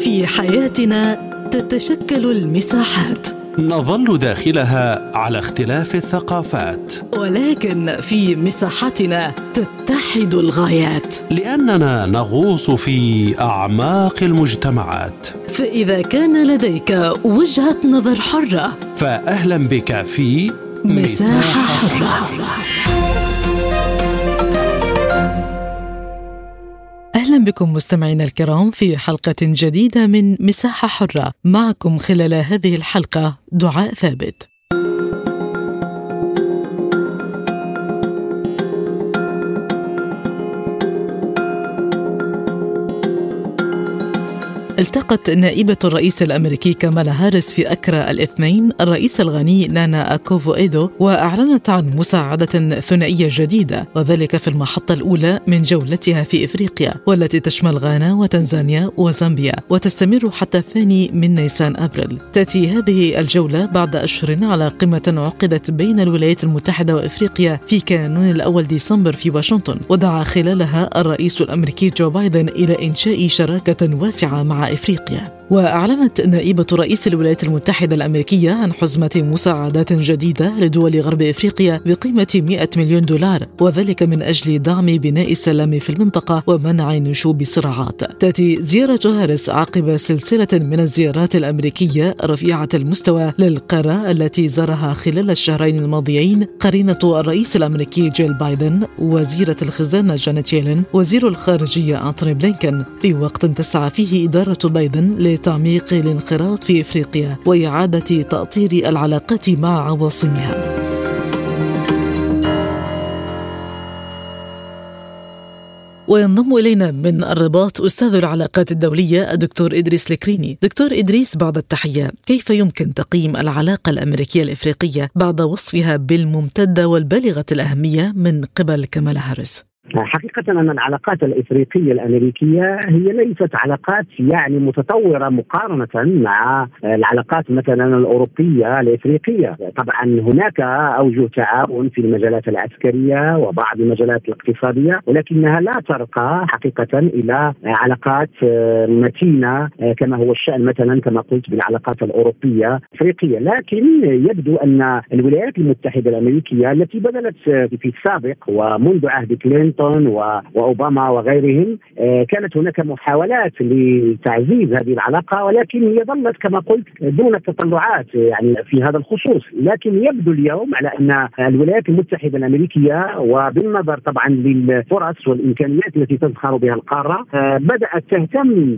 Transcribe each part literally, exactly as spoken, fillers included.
في حياتنا تتشكل المساحات، نظل داخلها على اختلاف الثقافات، ولكن في مساحتنا تتحد الغايات، لأننا نغوص في أعماق المجتمعات. فإذا كان لديك وجهة نظر حرة، فأهلا بك في مساحة حرة. أهلا بكم مستمعينا الكرام في حلقة جديدة من مساحة حرة. معكم خلال هذه الحلقة دعاء ثابت. التقت نائبة الرئيس الأمريكي كامالا هاريس في أكرا الاثنين الرئيس الغني نانا أكوفو-إيدو، وأعلنت عن مساعدة ثنائية جديدة، وذلك في المحطة الأولى من جولتها في إفريقيا، والتي تشمل غانا وتنزانيا وزامبيا، وتستمر حتى الثاني من نيسان أبريل. تأتي هذه الجولة بعد أشهر على قمة عقدت بين الولايات المتحدة وإفريقيا في كانون الأول ديسمبر في واشنطن، ودعا خلالها الرئيس الأمريكي جو بايدن إلى إنشاء شراكة واسعة مع إفريقيا. وأعلنت نائبة رئيس الولايات المتحدة الأمريكية عن حزمة مساعدات جديدة لدول غرب إفريقيا بقيمة مئة مليون دولار، وذلك من أجل دعم بناء السلام في المنطقة ومنع نشوب الصراعات. تأتي زيارة هاريس عقب سلسلة من الزيارات الأمريكية رفيعة المستوى للقارة التي زارها خلال الشهرين الماضيين قرينة الرئيس الأمريكي جيل بايدن، وزيرة الخزانة جانيت ييلين، وزير الخارجية أنتوني بلينكن، في وقت تسعى فيه إدارة بايدن لتعميق الانخراط في إفريقيا وإعادة تأطير العلاقات مع عواصمها. وينضم إلينا من الرباط أستاذ العلاقات الدولية الدكتور إدريس الكريني. دكتور إدريس، بعد التحية، كيف يمكن تقييم العلاقة الأمريكية الإفريقية بعد وصفها بالممتدة والبالغة الأهمية من قبل كامالا هاريس؟ حقيقة أن العلاقات الإفريقية الأمريكية هي ليست علاقات يعني متطورة مقارنة مع العلاقات مثلا الأوروبية الإفريقية. طبعا هناك أوجه تعاون في المجالات العسكرية وبعض المجالات الاقتصادية، ولكنها لا ترقى حقيقة إلى علاقات متينة كما هو الشأن مثلا كما قلت بالعلاقات الأوروبية الإفريقية. لكن يبدو أن الولايات المتحدة الأمريكية التي بذلت في السابق ومنذ عهد كلينتون وأوباما وغيرهم كانت هناك محاولات لتعزيز هذه العلاقة، ولكن هي ظلت كما قلت دون تطلعات يعني في هذا الخصوص. لكن يبدو اليوم على أن الولايات المتحدة الأمريكية وبالنظر طبعا للفرص والإمكانيات التي تزخر بها القارة بدأت تهتم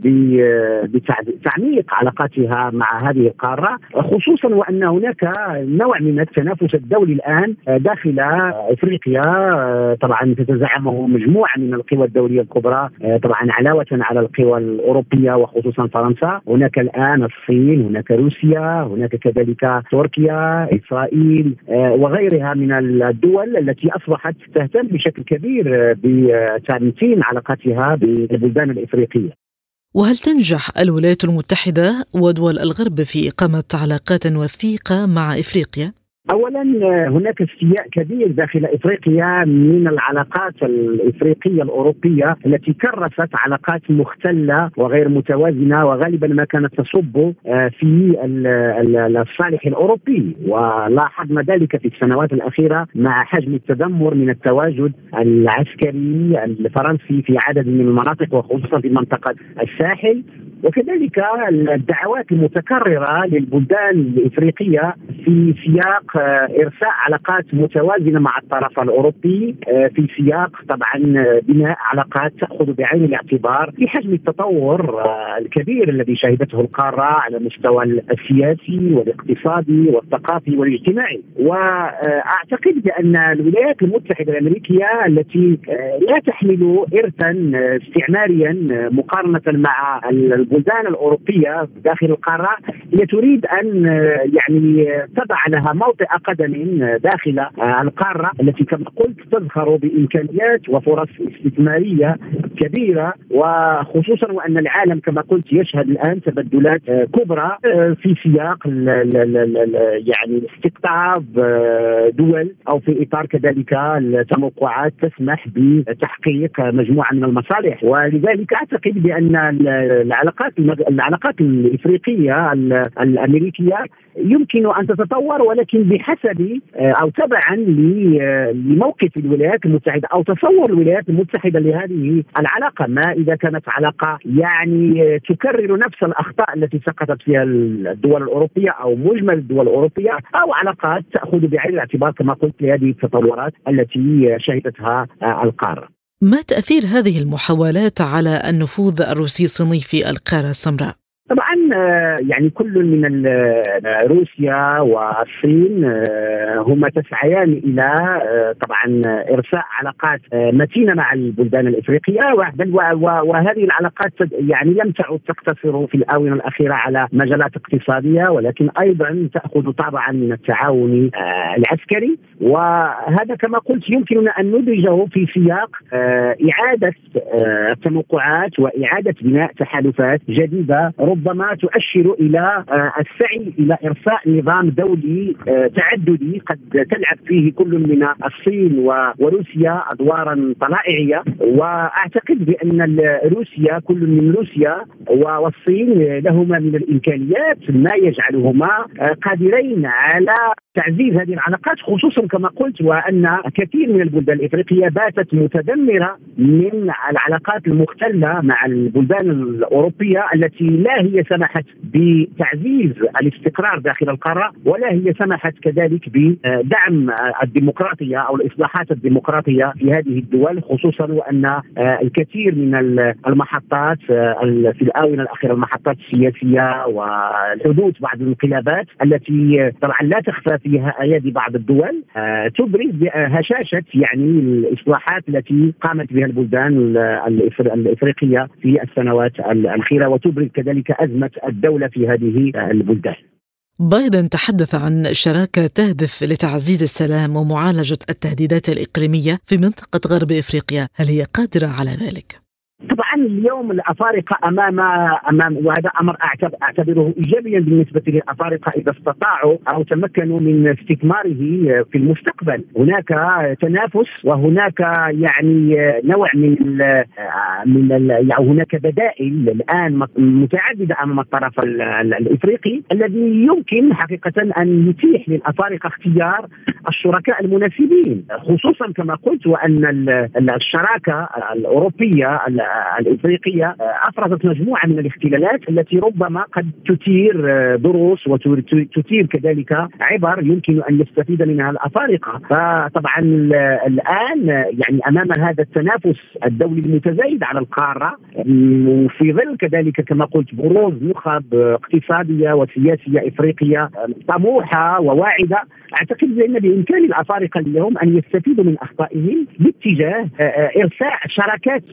بتعميق علاقاتها مع هذه القارة، خصوصا وأن هناك نوع من التنافس الدولي الآن داخل إفريقيا طبعا تتزعم مجموعة من القوى الدولية الكبرى طبعا علاوة على القوى الأوروبية وخصوصا فرنسا. هناك الآن الصين، هناك روسيا، هناك كذلك تركيا، إسرائيل وغيرها من الدول التي أصبحت تهتم بشكل كبير بتمتين علاقاتها بالبلدان الإفريقية. وهل تنجح الولايات المتحدة ودول الغرب في إقامة علاقات وثيقة مع إفريقيا؟ أولا هناك استياء كبير داخل إفريقيا من العلاقات الإفريقية الأوروبية التي كرست علاقات مختلة وغير متوازنة، وغالبا ما كانت تصب في الصالح الأوروبي، ولاحظنا ذلك في السنوات الأخيرة مع حجم التدمر من التواجد العسكري الفرنسي في عدد من المناطق وخصوصا في منطقة الساحل، وكذلك الدعوات المتكررة للبلدان الإفريقية في سياق إرساء علاقات متوازنة مع الطرف الأوروبي، في سياق طبعا بناء علاقات تأخذ بعين الاعتبار في حجم التطور الكبير الذي شهدته القارة على المستوى السياسي والاقتصادي والثقافي والاجتماعي. وأعتقد بأن الولايات المتحدة الأمريكية التي لا تحمل إرثا استعماريا مقارنة مع البلدان الأوروبية داخل القارة هي تريد أن يعني تضع لها موطئ قدم داخل القارة التي كما قلت تزخر بإمكانيات وفرص استثمارية كبيرة، وخصوصا وأن العالم كما قلت يشهد الآن تبدلات كبرى في سياق يعني استقطاب دول أو في إطار كذلك التوقعات تسمح بتحقيق مجموعة من المصالح. ولذلك أعتقد بأن العلاقات العلاقات العلاقات الإفريقية الأمريكية يمكن أن تتطور، ولكن بحسب أو تبعا لموقف الولايات المتحدة أو تصور الولايات المتحدة لهذه العلاقة. ما إذا كانت علاقة يعني تكرر نفس الأخطاء التي سقطت فيها الدول الأوروبية أو مجمل الدول الأوروبية، أو علاقات تأخذ بعين الاعتبار كما قلت لهذه التطورات التي شهدتها القارة. ما تأثير هذه المحاولات على النفوذ الروسي الصيني في القارة السمراء؟ طبعا يعني كل من روسيا والصين هما تسعيان الى طبعا ارساء علاقات متينه مع البلدان الافريقيه، وهذه العلاقات يعني لم تعد تقتصر في الاونه الاخيره على مجالات اقتصاديه، ولكن ايضا تاخذ طابعا من التعاون العسكري. وهذا كما قلت يمكننا ان ندرجه في سياق اعاده التوقعات واعاده بناء تحالفات جديده ربما تؤشر إلى السعي إلى إرساء نظام دولي تعددي قد تلعب فيه كل من الصين وروسيا أدوارا طلائعية. وأعتقد بأن روسيا كل من روسيا والصين لهما من الإمكانيات ما يجعلهما قادرين على تعزيز هذه العلاقات، خصوصا كما قلت وأن كثير من البلدان الإفريقية باتت متدمرة من العلاقات المختلة مع البلدان الأوروبية التي لا هي سمحت بتعزيز الاستقرار داخل القارة، ولا هي سمحت كذلك بدعم الديمقراطية أو الإصلاحات الديمقراطية في هذه الدول، خصوصا وأن الكثير من المحطات في الآونة الأخيرة المحطات السياسية وحدوث بعض الانقلابات التي طبعا لا تخفى فيها أيادي بعض الدول تبرز هشاشة يعني الإصلاحات التي قامت بها البلدان الإفريقية في السنوات الأخيرة، وتبرز كذلك أزمة الدولة في هذه البلدان. بايدن تحدث عن شراكة تهدف لتعزيز السلام ومعالجة التهديدات الإقليمية في منطقة غرب إفريقيا، هل هي قادرة على ذلك؟ طبعا اليوم الأفارقة أمام أمام وهذا أمر أعتبره إيجابيا بالنسبة للأفارقة إذا استطاعوا أو تمكنوا من استثماره في المستقبل. هناك تنافس وهناك يعني نوع من ال من ال يعني هناك بدائل الآن متعددة أمام الطرف الإفريقي الذي يمكن حقيقة أن يتيح للأفارقة اختيار الشركاء المناسبين، خصوصا كما قلت وأن الشراكة الأوروبية الإفريقية أفرزت مجموعة من الاختلالات التي ربما قد تثير دروس وتثير كذلك عبر يمكن أن يستفيد منها الأفارقة. فطبعا الآن يعني أمام هذا التنافس الدولي المتزايد على القارة، وفي ظل كذلك كما قلت بروز نخب اقتصادية وسياسية إفريقية طموحة وواعدة، أعتقد بأن بإمكان الأفارقة اليوم أن يستفيدوا من أخطائهم باتجاه إرساء شراكات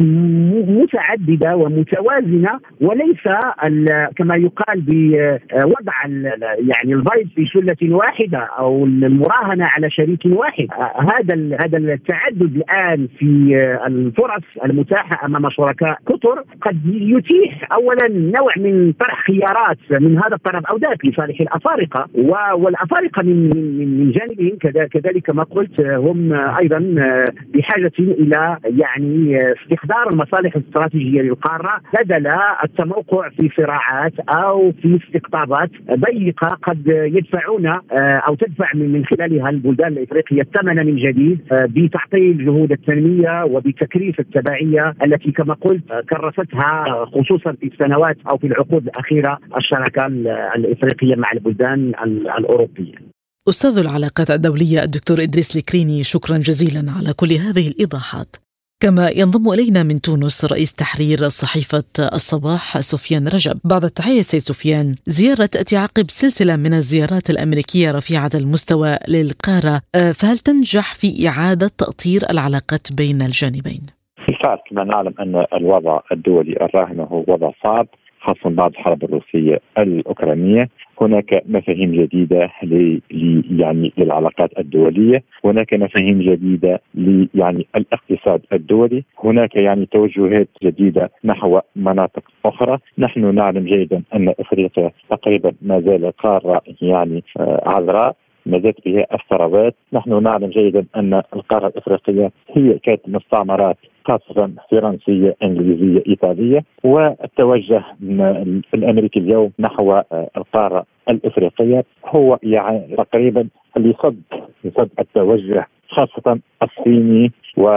متعددة ومتوازنة، هذا كما يقال بوضع يعني البيض في سلة واحدة أو المراهنة على شريك واحد. هذا هذا التعدد الآن في الفرص المتاحة أمام شركاء كثر قد يتيح أولا نوع من طرح خيارات من هذا الطرف أو ذاك لصالح الأفارقة، والأفارقة من من جانبهم كذلك ما قلت هم أيضا بحاجة إلى يعني استحضار المصالح الاستراتيجية للقارة بدل التموقع في صراعات أو في استقطابات ضيقة قد يدفعون أو تدفع من خلالها البلدان الإفريقية الثمن من جديد بتعطيل جهود التنمية وبتكريس التبعية التي كما قلت كرستها خصوصا في السنوات أو في العقود الأخيرة الشراكة الإفريقية مع البلدان الأوروبية. أستاذ العلاقات الدولية الدكتور إدريس الكريني، شكرا جزيلا على كل هذه الإيضاحات. كما ينضم إلينا من تونس رئيس تحرير صحيفة الصباح سفيان رجب. بعد التحية سيد سفيان، زيارة تأتي عقب سلسلة من الزيارات الأمريكية رفيعة المستوى للقارة، فهل تنجح في إعادة تأطير العلاقات بين الجانبين؟ بالفعل كما نعلم أن الوضع الدولي الراهن هو وضع صعب، خاصة بعد الحرب الروسية الأوكرانية. هناك مفاهيم جديدة ل يعني للعلاقات الدولية، هناك مفاهيم جديدة ل يعني الاقتصاد الدولي، هناك يعني توجهات جديدة نحو مناطق أخرى. نحن نعلم جيدا أن أفريقيا تقريبا ما زال قارة يعني عذراء ما زالت بها الثروات. نحن نعلم جيدا أن القارة الإفريقية هي كانت مستعمرات خاصة فرنسية إنجليزية إيطالية، والتوجه الأمريكي اليوم نحو القارة الإفريقية هو يعني تقريبا لصد لصد التوجه خاصة الصيني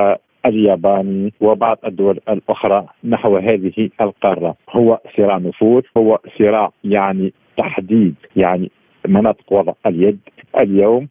والياباني وبعض الدول الأخرى نحو هذه القارة. هو صراع نفوذ، هو صراع يعني تحديد يعني مناطق وضع اليد اليوم،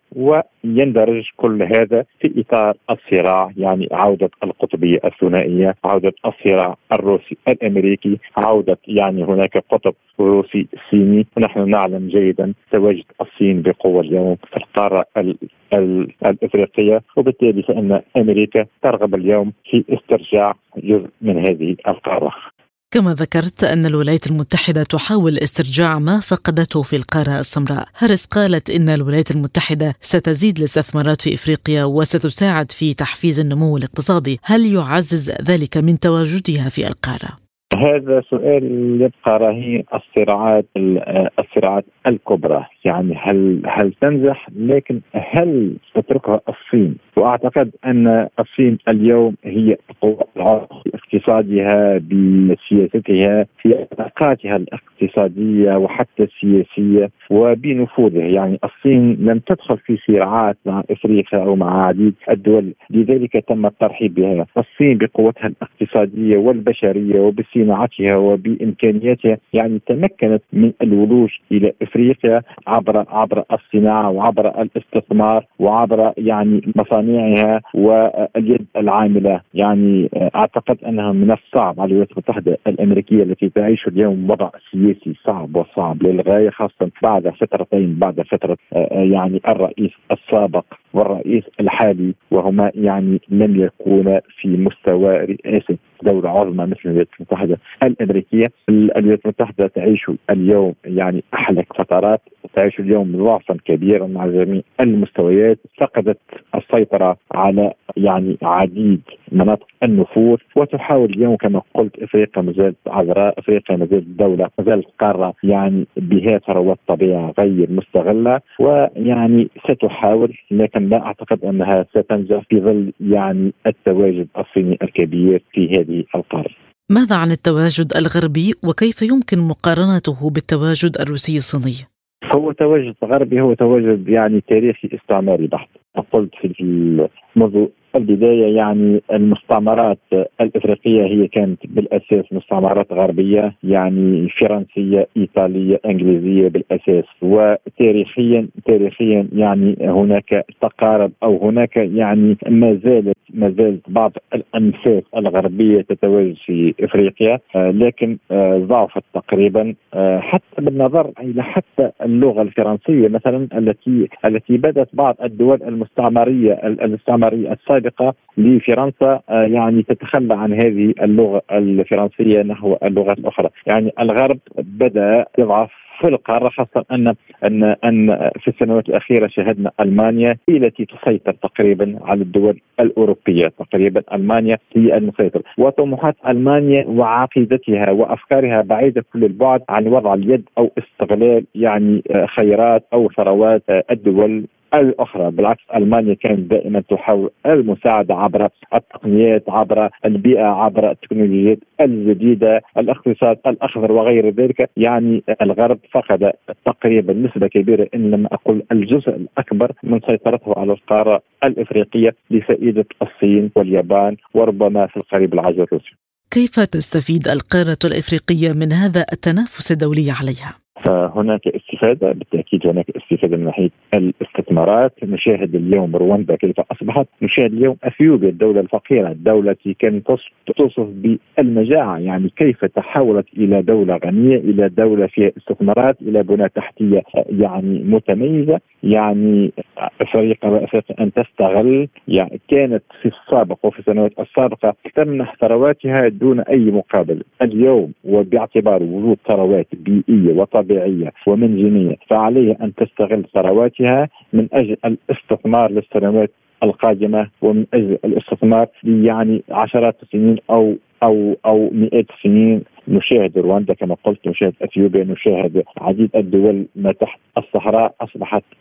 ويندرج كل هذا في إطار الصراع يعني عودة القطبية الثنائية، عودة الصراع الروسي الأمريكي، عودة يعني هناك قطب روسي صيني. ونحن نعلم جيدا تواجد الصين بقوة اليوم في القارة ال ال الإفريقية، وبالتالي فإن أمريكا ترغب اليوم في استرجاع جزء من هذه القارة. كما ذكرت أن الولايات المتحدة تحاول استرجاع ما فقدته في القارة السمراء. هاريس قالت إن الولايات المتحدة ستزيد الاستثمارات في إفريقيا وستساعد في تحفيز النمو الاقتصادي. هل يعزز ذلك من تواجدها في القارة؟ هذا سؤال يبقى رهين الصراعات الصراعات الكبرى، يعني هل هل تنجح، لكن هل تتركها الصين؟ واعتقد ان الصين اليوم هي قوة العظمى باقتصادها، بسياستها، في علاقاتها الاقتصادية وحتى السياسية وبنفوذها. يعني الصين لم تدخل في صراعات مع افريقيا او مع عديد الدول، لذلك تم الترحيب بها. الصين بقوتها الاقتصادية والبشرية وبصناعتها وبامكانياتها يعني تمكنت من الولوج الى افريقيا عبر عبر الصناعة وعبر الاستثمار وعبر يعني مصانعها واليد العاملة. يعني اعتقد انها من الصعب على الولايات المتحدة الامريكية التي تعيش اليوم وضع سياسي صعب وصعب للغاية، خاصة بعد فترتين، بعد فترة يعني الرئيس السابق والرئيس الحالي، وهما يعني لم يكونا في مستوى رئاسة دولة عظمى مثل الولايات المتحدة الأمريكية. الولايات المتحدة تعيش اليوم يعني أحلك فترات، تعيش اليوم ضعفا كبيرا مع جميع المستويات، فقدت السيطرة على يعني عديد مناطق النفوذ، وتحاول اليوم كما قلت افريقيا مازالت عذراء، افريقيا مازالت دولة، مازالت قارة يعني بها ثروات طبيعة غير مستغلة، ويعني ستحاول، لكن لا اعتقد انها ستنجح في ظل يعني التواجد الصيني الكبير في هذه القارة. ماذا عن التواجد الغربي وكيف يمكن مقارنته بالتواجد الروسي الصيني؟ هو تواجد غربي، هو تواجد يعني تاريخي استعماري بحت. قلت في منذ البداية يعني المستعمرات الإفريقية هي كانت بالأساس مستعمرات غربية، يعني فرنسية إيطالية إنجليزية بالأساس، وتاريخيا تاريخيا يعني هناك تقارب أو هناك يعني ما زالت ما زالت بعض الأنفاس الغربية تتواجد في إفريقيا، لكن ضعفت تقريبا، حتى بالنظر إلى حتى اللغة الفرنسية مثلا التي التي بدأت بعض الدول المستعمرية المستعمرية السابقة لفرنسا يعني تتخلى عن هذه اللغة الفرنسية نحو اللغات الأخرى. يعني الغرب بدأ يضعف في القارة، خاصة أن أن أن في السنوات الأخيرة شهدنا ألمانيا هي التي تسيطر تقريبا على الدول الأوروبية، تقريبا ألمانيا هي المسيطر، وطموحات ألمانيا وعقيدتها وأفكارها بعيدة كل البعد عن وضع اليد أو استغلال يعني خيرات أو ثروات الدول الأخرى. بالعكس ألمانيا كانت دائما تحاول المساعدة عبر التقنيات، عبر البيئة، عبر التكنولوجيات الجديدة، الاقتصاد الأخضر وغير ذلك. يعني الغرب فقد تقريبا نسبة كبيرة إن لم أقل الجزء الأكبر من سيطرته على القارة الإفريقية لفائدة الصين واليابان وربما في القريب العاجل روسيا. كيف تستفيد القارة الإفريقية من هذا التنافس الدولي عليها؟ هناك استفادة بالتأكيد، هناك استفادة من ناحية الاستثمارات. نشاهد اليوم رواندا كيف أصبحت، نشاهد اليوم أثيوبيا الدولة الفقيرة، الدولة التي كانت توصف بالمجاعة، يعني كيف تحولت إلى دولة غنية، إلى دولة فيها استثمارات، إلى بنى تحتية يعني متميزة. يعني أفريقيا أن تستغل، يعني كانت في السابق وفي السنوات السابقة تمنح ثرواتها دون أي مقابل. اليوم وباعتبار وجود ثروات بيئية وطبيعية ومنجمية فعليها أن تستغل ثرواتها من أجل الاستثمار للسنوات القادمة، ومن أجل الاستثمار يعني عشرات السنين أو أو أو مئات السنين. نشاهد رواندا كما قلت، نشاهد أثيوبيا، نشاهد عديد الدول ما تحت الصحراء أصبحت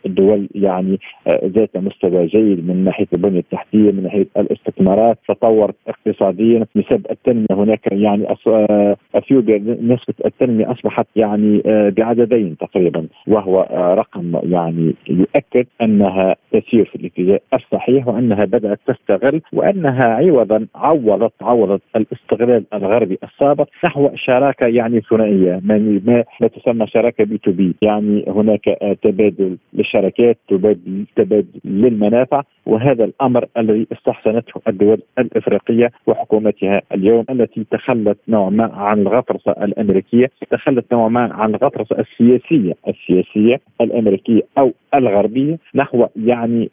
دول يعني ذات مستوى جيد من ناحية البنية التحتية، من ناحية الاستثمارات، تطور اقتصاديا، نسب التنمية هناك يعني أثيوبيا نسبة التنمية أصبحت يعني بعددين تقريبا، وهو رقم يعني يؤكد أنها تسير في الاتجاه الصحيح، وأنها بدأت تستغل، وأنها عوضا عوضت عوضت الاستغلال الغربي السابق نحو شراكة يعني ثنائية، ما ما تسمى شراكة بي تو بي، يعني هناك تبادل للشركات، تبادل تبادل للمنافع، وهذا الأمر الذي استحسنته الدول الإفريقية وحكومتها اليوم، التي تخلت نوعا ما عن الغطرسة الأمريكية، تخلت نوعا ما عن الغطرسة السياسية السياسية الأمريكية أو الغربية نحو يعني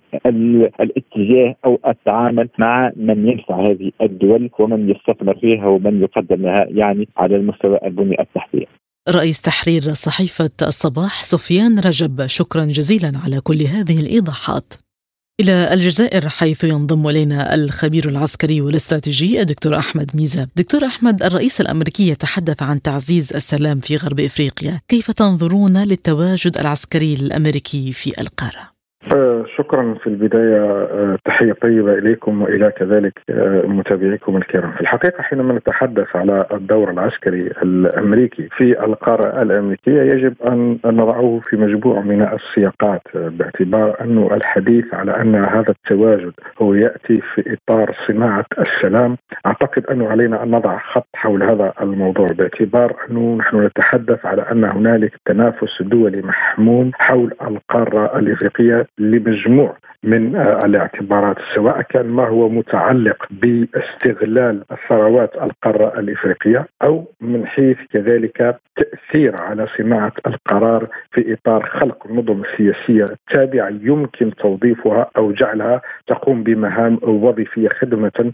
الاتجاه أو التعامل مع من ينفع هذه الدول ومن يستثمر فيها ومن يقدم لها يعني على المستوى البنية التحتية. رئيس تحرير صحيفة الصباح سفيان رجب، شكرا جزيلا على كل هذه الإيضاحات. إلى الجزائر حيث ينضم إلينا الخبير العسكري والاستراتيجي الدكتور أحمد ميزة. دكتور أحمد، الرئيس الأمريكي يتحدث عن تعزيز السلام في غرب إفريقيا، كيف تنظرون للتواجد العسكري الأمريكي في القارة؟ شكرا. في البداية تحية طيبة إليكم وإلى كذلك متابعيكم الكرام. في الحقيقة حينما نتحدث على الدور العسكري الأمريكي في القارة الأمريكية يجب أن نضعه في مجموعة من السياقات، باعتبار أن الحديث على أن هذا التواجد هو يأتي في إطار صناعة السلام. أعتقد أنه علينا أن نضع خط حول هذا الموضوع، باعتبار أنه نحن نتحدث على أن هنالك تنافس دولي محموم حول القارة الإفريقية لمجموع من الاعتبارات، سواء كان ما هو متعلق باستغلال الثروات القارة الإفريقية، أو من حيث كذلك تأثير على صناعة القرار في إطار خلق نظم سياسية تابعة يمكن توظيفها أو جعلها تقوم بمهام وظيفية خدمة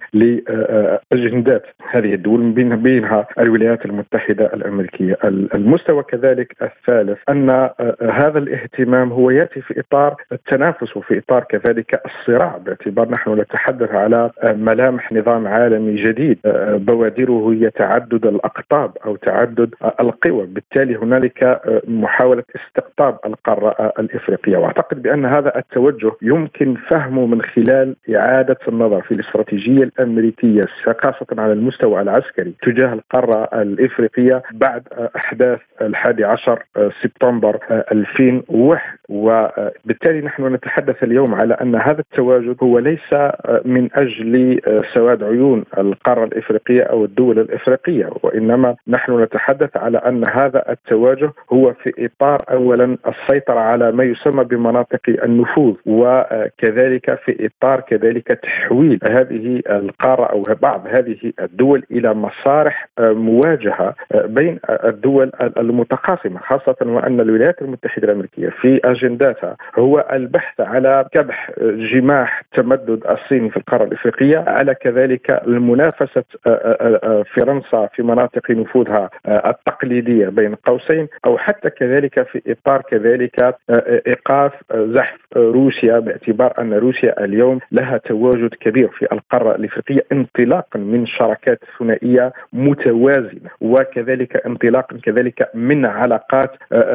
لأجندات هذه الدول، بينها الولايات المتحدة الأمريكية. المستوى كذلك الثالث أن هذا الاهتمام هو يأتي في إطار التنافس وفي إطار كذلك الصراع، باعتبار نحن نتحدث على ملامح نظام عالمي جديد بوادره هي تعدد الأقطاب أو تعدد القوى، بالتالي هنالك محاولة استقطاب القارة الإفريقية. وأعتقد بأن هذا التوجه يمكن فهمه من خلال إعادة النظر في الاستراتيجية الأمريكية خاصة على المستوى العسكري تجاه القارة الإفريقية بعد أحداث الحادي عشر سبتمبر ألفين وواحد، وبالتالي نحن نتحدث اليوم على أن هذا التواجد هو ليس من أجل سواد عيون القارة الإفريقية أو الدول الإفريقية، وإنما نحن نتحدث على أن هذا التواجد هو في إطار أولا السيطرة على ما يسمى بمناطق النفوذ، وكذلك في إطار كذلك تحويل هذه القارة أو بعض هذه الدول إلى مسارح مواجهة بين الدول المتقاسمة، خاصة وأن الولايات المتحدة الأمريكية في أجنداتها هو البحث على كبح جماح تمدد الصين في القارة الإفريقية، على كذلك المنافسة فرنسا في مناطق نفوذها التقليدية بين قوسين، أو حتى كذلك في إطار كذلك إيقاف زحف روسيا، باعتبار أن روسيا اليوم لها تواجد كبير في القارة الإفريقية انطلاقا من شراكات ثنائية متوازنة، وكذلك انطلاقا كذلك من علاقات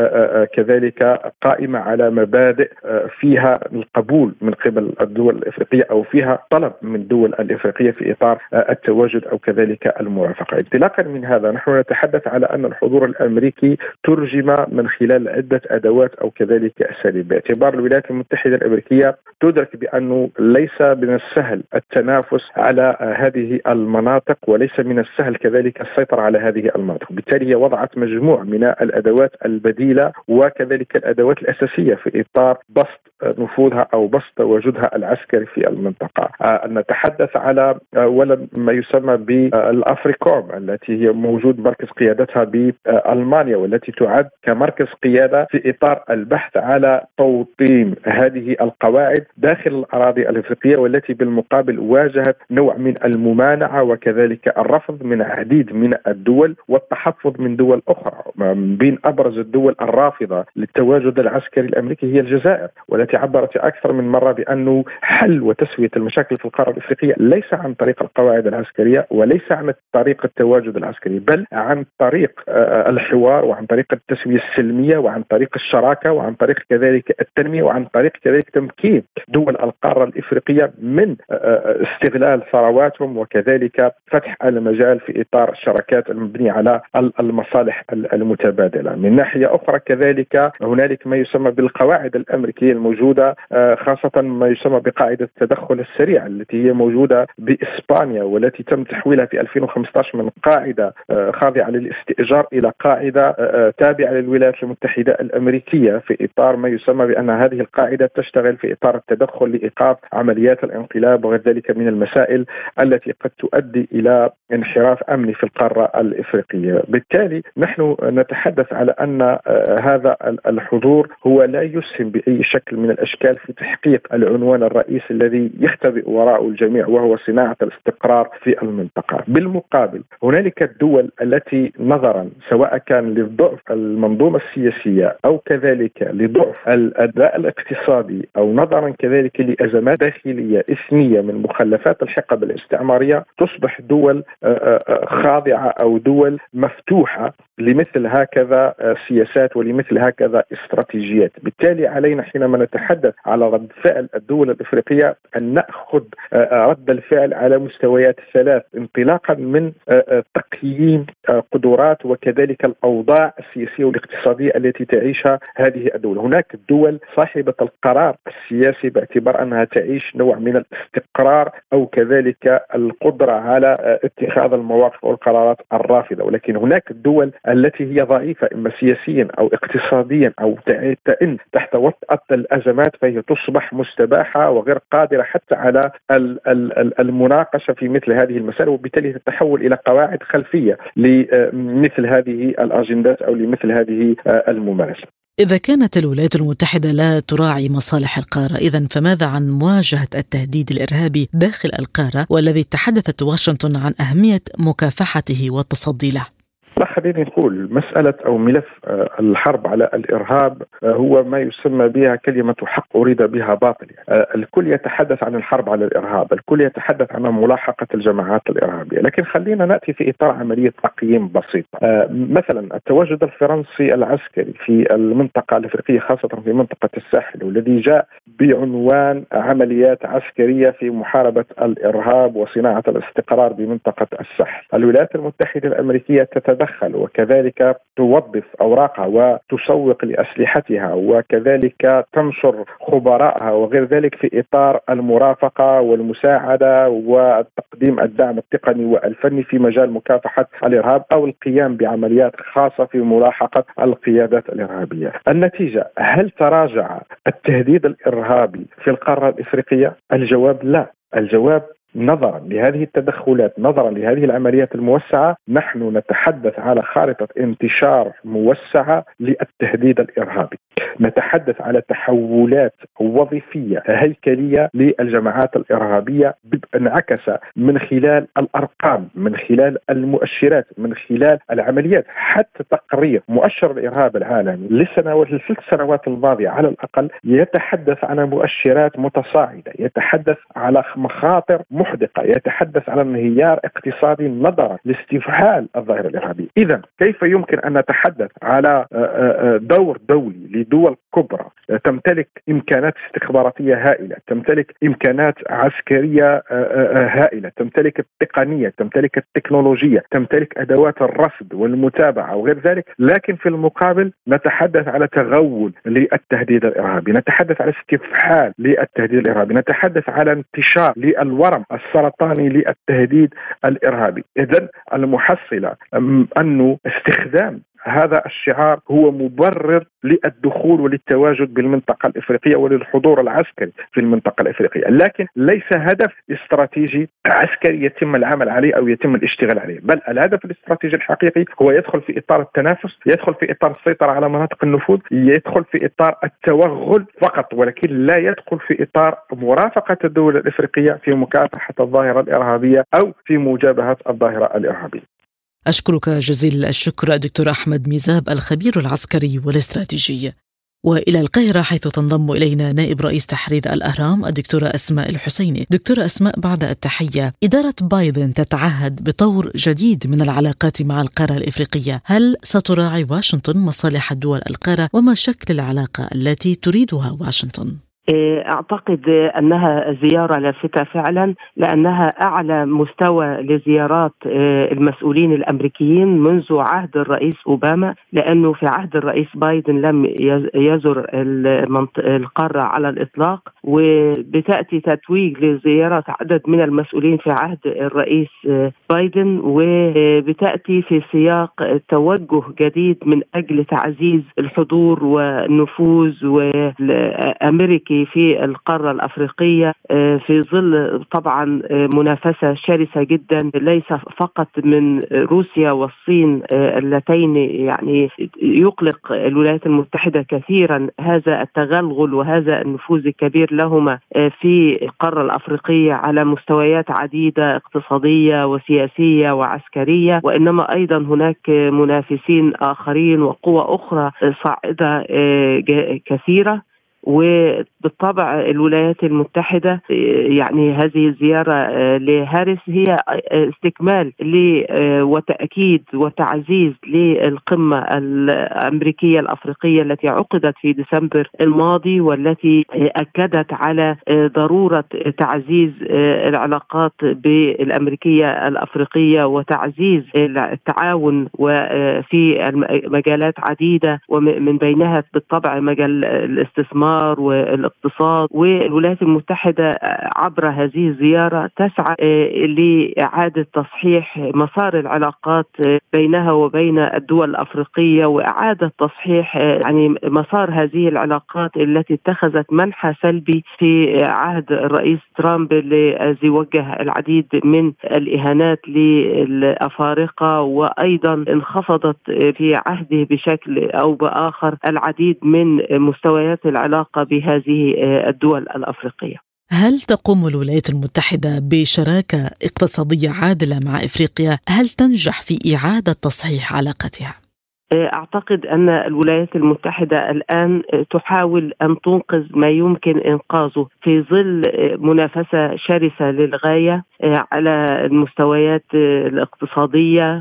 كذلك قائمة على مبادئ فيها القبول من قبل الدول الإفريقية أو فيها طلب من الدول الإفريقية في إطار التواجد أو كذلك الموافقة. انطلاقا من هذا نحن نتحدث على أن الحضور الأمريكي ترجم من خلال عدة أدوات أو كذلك أساليب، باعتبار الولايات المتحدة الأمريكية تدرك بأنه ليس من السهل التنافس على هذه المناطق، وليس من السهل كذلك السيطرة على هذه المناطق، بالتالي هي وضعت مجموع من الأدوات البديلة وكذلك الأدوات الأساسية في إطار بسط نفوذها أو بسط تواجدها العسكري في المنطقة. نتحدث على أولا ما يسمى بالأفريكوم التي هي موجود مركز قيادتها بألمانيا، والتي تعد كمركز قيادة في إطار البحث على توطين هذه القواعد داخل الأراضي الأفريقية، والتي بالمقابل واجهت نوع من الممانعة وكذلك الرفض من عديد من الدول والتحفظ من دول أخرى. بين أبرز الدول الرافضة للتواجد العسكري الأمريكي هي الجزائر، والتي التي عبرت أكثر من مرة بأنه حل وتسوية المشاكل في القارة الإفريقية ليس عن طريق القواعد العسكرية وليس عن طريق التواجد العسكري، بل عن طريق الحوار وعن طريق التسوية السلمية وعن طريق الشراكة وعن طريق كذلك التنمية وعن طريق كذلك تمكين دول القارة الإفريقية من استغلال ثرواتهم وكذلك فتح المجال في إطار الشراكات المبنية على المصالح المتبادلة. من ناحية أخرى كذلك هنالك ما يسمى بالقواعد الأمريكية الموجودة، خاصة ما يسمى بقاعدة التدخل السريع التي هي موجودة بإسبانيا والتي تم تحويلها في ألفين وخمسة عشر من قاعدة خاضعة للاستئجار إلى قاعدة تابعة للولايات المتحدة الأمريكية في إطار ما يسمى بأن هذه القاعدة تشتغل في إطار التدخل لإيقاف عمليات الانقلاب وغير ذلك من المسائل التي قد تؤدي إلى انحراف أمني في القارة الإفريقية. بالتالي نحن نتحدث على أن هذا الحضور هو لا يسهم بأي شكل من الأشكال في تحقيق العنوان الرئيسي الذي يختبئ وراءه الجميع وهو صناعة الاستقرار في المنطقة. بالمقابل هنالك الدول التي نظرا سواء كان لضعف المنظومة السياسية أو كذلك لضعف الأداء الاقتصادي أو نظرا كذلك لأزمات داخلية إثنية من مخلفات الحقبة الاستعمارية تصبح دول خاضعة أو دول مفتوحة لمثل هكذا سياسات ولمثل هكذا استراتيجيات. بالتالي علينا حينما نتحدث على رد فعل الدول الإفريقية أن نأخذ رد الفعل على مستويات ثلاث، انطلاقا من تقييم قدرات وكذلك الأوضاع السياسية والاقتصادية التي تعيشها هذه الدول. هناك دول صاحبة القرار السياسي باعتبار أنها تعيش نوع من الاستقرار أو كذلك القدرة على اتخاذ المواقف والقرارات الرافضة، ولكن هناك الدول التي هي ضعيفة إما سياسيا أو اقتصاديا أو تئن تحت وطأة الأزمات، فهي تصبح مستباحة وغير قادرة حتى على المناقشة في مثل هذه المسائل، وبالتالي تتحول إلى قواعد خلفية لمثل هذه الأجندات أو لمثل هذه الممارسة. إذا كانت الولايات المتحدة لا تراعي مصالح القارة، إذن فماذا عن مواجهة التهديد الإرهابي داخل القارة والذي تحدثت واشنطن عن أهمية مكافحته والتصدي له؟ لا، خليني نقول مسألة أو ملف الحرب على الإرهاب هو ما يسمى بها كلمة حق أريد بها باطل. الكل يتحدث عن الحرب على الإرهاب، الكل يتحدث عن ملاحقة الجماعات الإرهابية، لكن خلينا نأتي في إطار عملية تقييم بسيط. مثلا التواجد الفرنسي العسكري في المنطقة الأفريقية خاصة في منطقة الساحل والذي جاء بعنوان عمليات عسكرية في محاربة الإرهاب وصناعة الاستقرار بمنطقة الساحل. الولايات المتحدة الأمريكية تتدخل وكذلك توظف أوراقها وتسوق لأسلحتها وكذلك تنشر خبراءها وغير ذلك في إطار المرافقة والمساعدة وتقديم الدعم التقني والفني في مجال مكافحة الإرهاب أو القيام بعمليات خاصة في ملاحقة القيادات الإرهابية. النتيجة، هل تراجع التهديد الإرهابي في القارة الإفريقية؟ الجواب لا. الجواب نظرا لهذه التدخلات، نظرا لهذه العمليات الموسعة، نحن نتحدث على خارطة انتشار موسعة للتهديد الإرهابي. نتحدث على تحولات وظيفية هيكلية للجماعات الإرهابية انعكس من خلال الأرقام، من خلال المؤشرات، من خلال العمليات. حتى تقرير مؤشر الإرهاب العالمي للسنوات الثلاث سنوات الماضية على الأقل يتحدث عن مؤشرات متصاعدة، يتحدث على مخاطر محدقة، يتحدث على انهيار اقتصادي نظرا لاستفحال الظاهرة الإرهابية. إذن كيف يمكن أن نتحدث على دور دولي لدول كبرى تمتلك إمكانات استخباراتية هائلة، تمتلك إمكانات عسكرية هائلة، تمتلك التقنية، تمتلك التكنولوجيا، تمتلك أدوات الرصد والمتابعة وغير ذلك، لكن في المقابل نتحدث على تغول للتهديد الإرهابي، نتحدث على استفحال للتهديد الإرهابي، نتحدث على انتشار للورم السرطاني للتهديد الإرهابي. إذن المحصلة أنه استخدام هذا الشعار هو مبرر للدخول وللتواجد بالمنطقة الإفريقية وللحضور العسكري في المنطقة الإفريقية، لكن ليس هدف استراتيجي عسكري يتم العمل عليه أو يتم الاشتغال عليه، بل الهدف الاستراتيجي الحقيقي هو يدخل في إطار التنافس، يدخل في إطار السيطرة على مناطق النفوذ، يدخل في إطار التوغل فقط، ولكن لا يدخل في إطار مرافقة الدول الإفريقية في مكافحة الظاهرة الإرهابية أو في مجابهة الظاهرة الإرهابية. أشكرك جزيل الشكر دكتور أحمد ميزاب الخبير العسكري والاستراتيجي. وإلى القاهرة حيث تنضم إلينا نائب رئيس تحرير الأهرام الدكتورة أسماء الحسيني. دكتورة أسماء، بعد التحية، إدارة بايدن تتعهد بطور جديد من العلاقات مع القارة الإفريقية، هل ستراعي واشنطن مصالح الدول القارة وما شكل العلاقة التي تريدها واشنطن؟ أعتقد أنها زيارة لافتة فعلا، لأنها أعلى مستوى لزيارات المسؤولين الأمريكيين منذ عهد الرئيس أوباما، لأنه في عهد الرئيس بايدن لم يزر القارة على الإطلاق، وبتأتي تتويج لزيارة عدد من المسؤولين في عهد الرئيس بايدن، وبتأتي في سياق توجه جديد من أجل تعزيز الحضور والنفوذ والأمريكي في القارة الأفريقية، في ظل طبعا منافسة شرسة جدا ليس فقط من روسيا والصين اللتين يعني يقلق الولايات المتحدة كثيرا هذا التغلغل وهذا النفوذ الكبير لهما في القارة الأفريقية على مستويات عديدة اقتصادية وسياسية وعسكرية، وإنما أيضا هناك منافسين آخرين وقوى أخرى صاعدة كثيرة. وبالطبع الولايات المتحدة يعني هذه الزيارة لهاريس هي استكمال وتأكيد وتعزيز للقمة الأمريكية الأفريقية التي عقدت في ديسمبر الماضي، والتي أكدت على ضرورة تعزيز العلاقات بالأمريكية الأفريقية وتعزيز التعاون وفي مجالات عديدة، ومن بينها بالطبع مجال الاستثمار والاقتصاد. والولايات المتحدة عبر هذه الزيارة تسعى لإعادة تصحيح مسار العلاقات بينها وبين الدول الأفريقية، وإعادة تصحيح يعني مسار هذه العلاقات التي اتخذت منحى سلبي في عهد الرئيس ترامب، الذي وجه العديد من الإهانات للأفارقة، وأيضا انخفضت في عهده بشكل أو بآخر العديد من مستويات العلاقة بهذه الدول الأفريقية. هل تقوم الولايات المتحدة بشراكة اقتصادية عادلة مع إفريقيا؟ هل تنجح في إعادة تصحيح علاقتها؟ أعتقد أن الولايات المتحدة الآن تحاول أن تنقذ ما يمكن إنقاذه في ظل منافسة شرسة للغاية على المستويات الاقتصادية.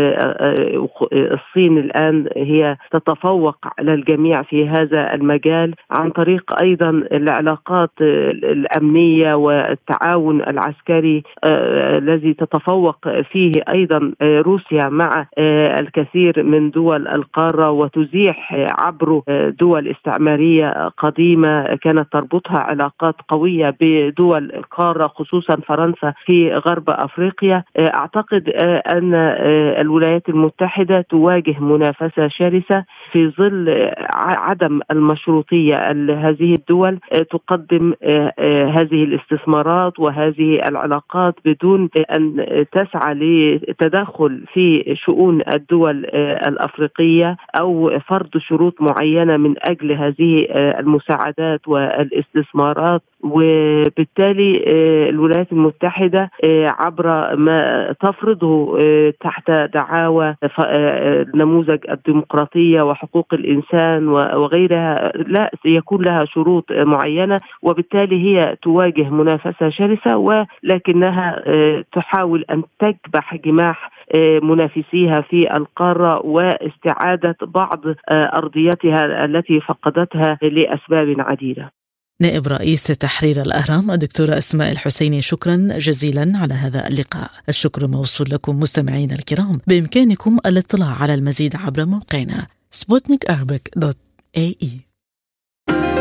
الصين الآن هي تتفوق على الجميع في هذا المجال عن طريق أيضا العلاقات الأمنية والتعاون العسكري الذي تتفوق فيه أيضا روسيا مع الكثير من دول القارة، وتزيح عبر دول استعمارية قديمة كانت تربطها علاقات قوية بدول القارة خصوصا فرنسا في غرب أفريقيا. أعتقد أن الولايات المتحدة تواجه منافسة شرسة في ظل عدم المشروطية. هذه الدول تقدم هذه الاستثمارات وهذه العلاقات بدون أن تسعى لتدخل في شؤون الدول الأفريقية أو فرض شروط معينة من أجل هذه المساعدات والاستثمارات. وبالتالي الولايات المتحدة عبر ما تفرضه تحت دعاوى نموذج الديمقراطية وحقوق الإنسان وغيرها لا يكون لها شروط معينة، وبالتالي هي تواجه منافسة شرسة، ولكنها تحاول أن تكبح جماح منافسيها في القارة واستعادة بعض أرضيتها التي فقدتها لأسباب عديدة. نائب رئيس تحرير الأهرام الدكتورة أسماء الحسيني، شكرا جزيلا على هذا اللقاء. الشكر موصول لكم مستمعين الكرام. بإمكانكم الاطلاع على المزيد عبر موقعنا سبوتنيك أرابيك دوت إيه إي.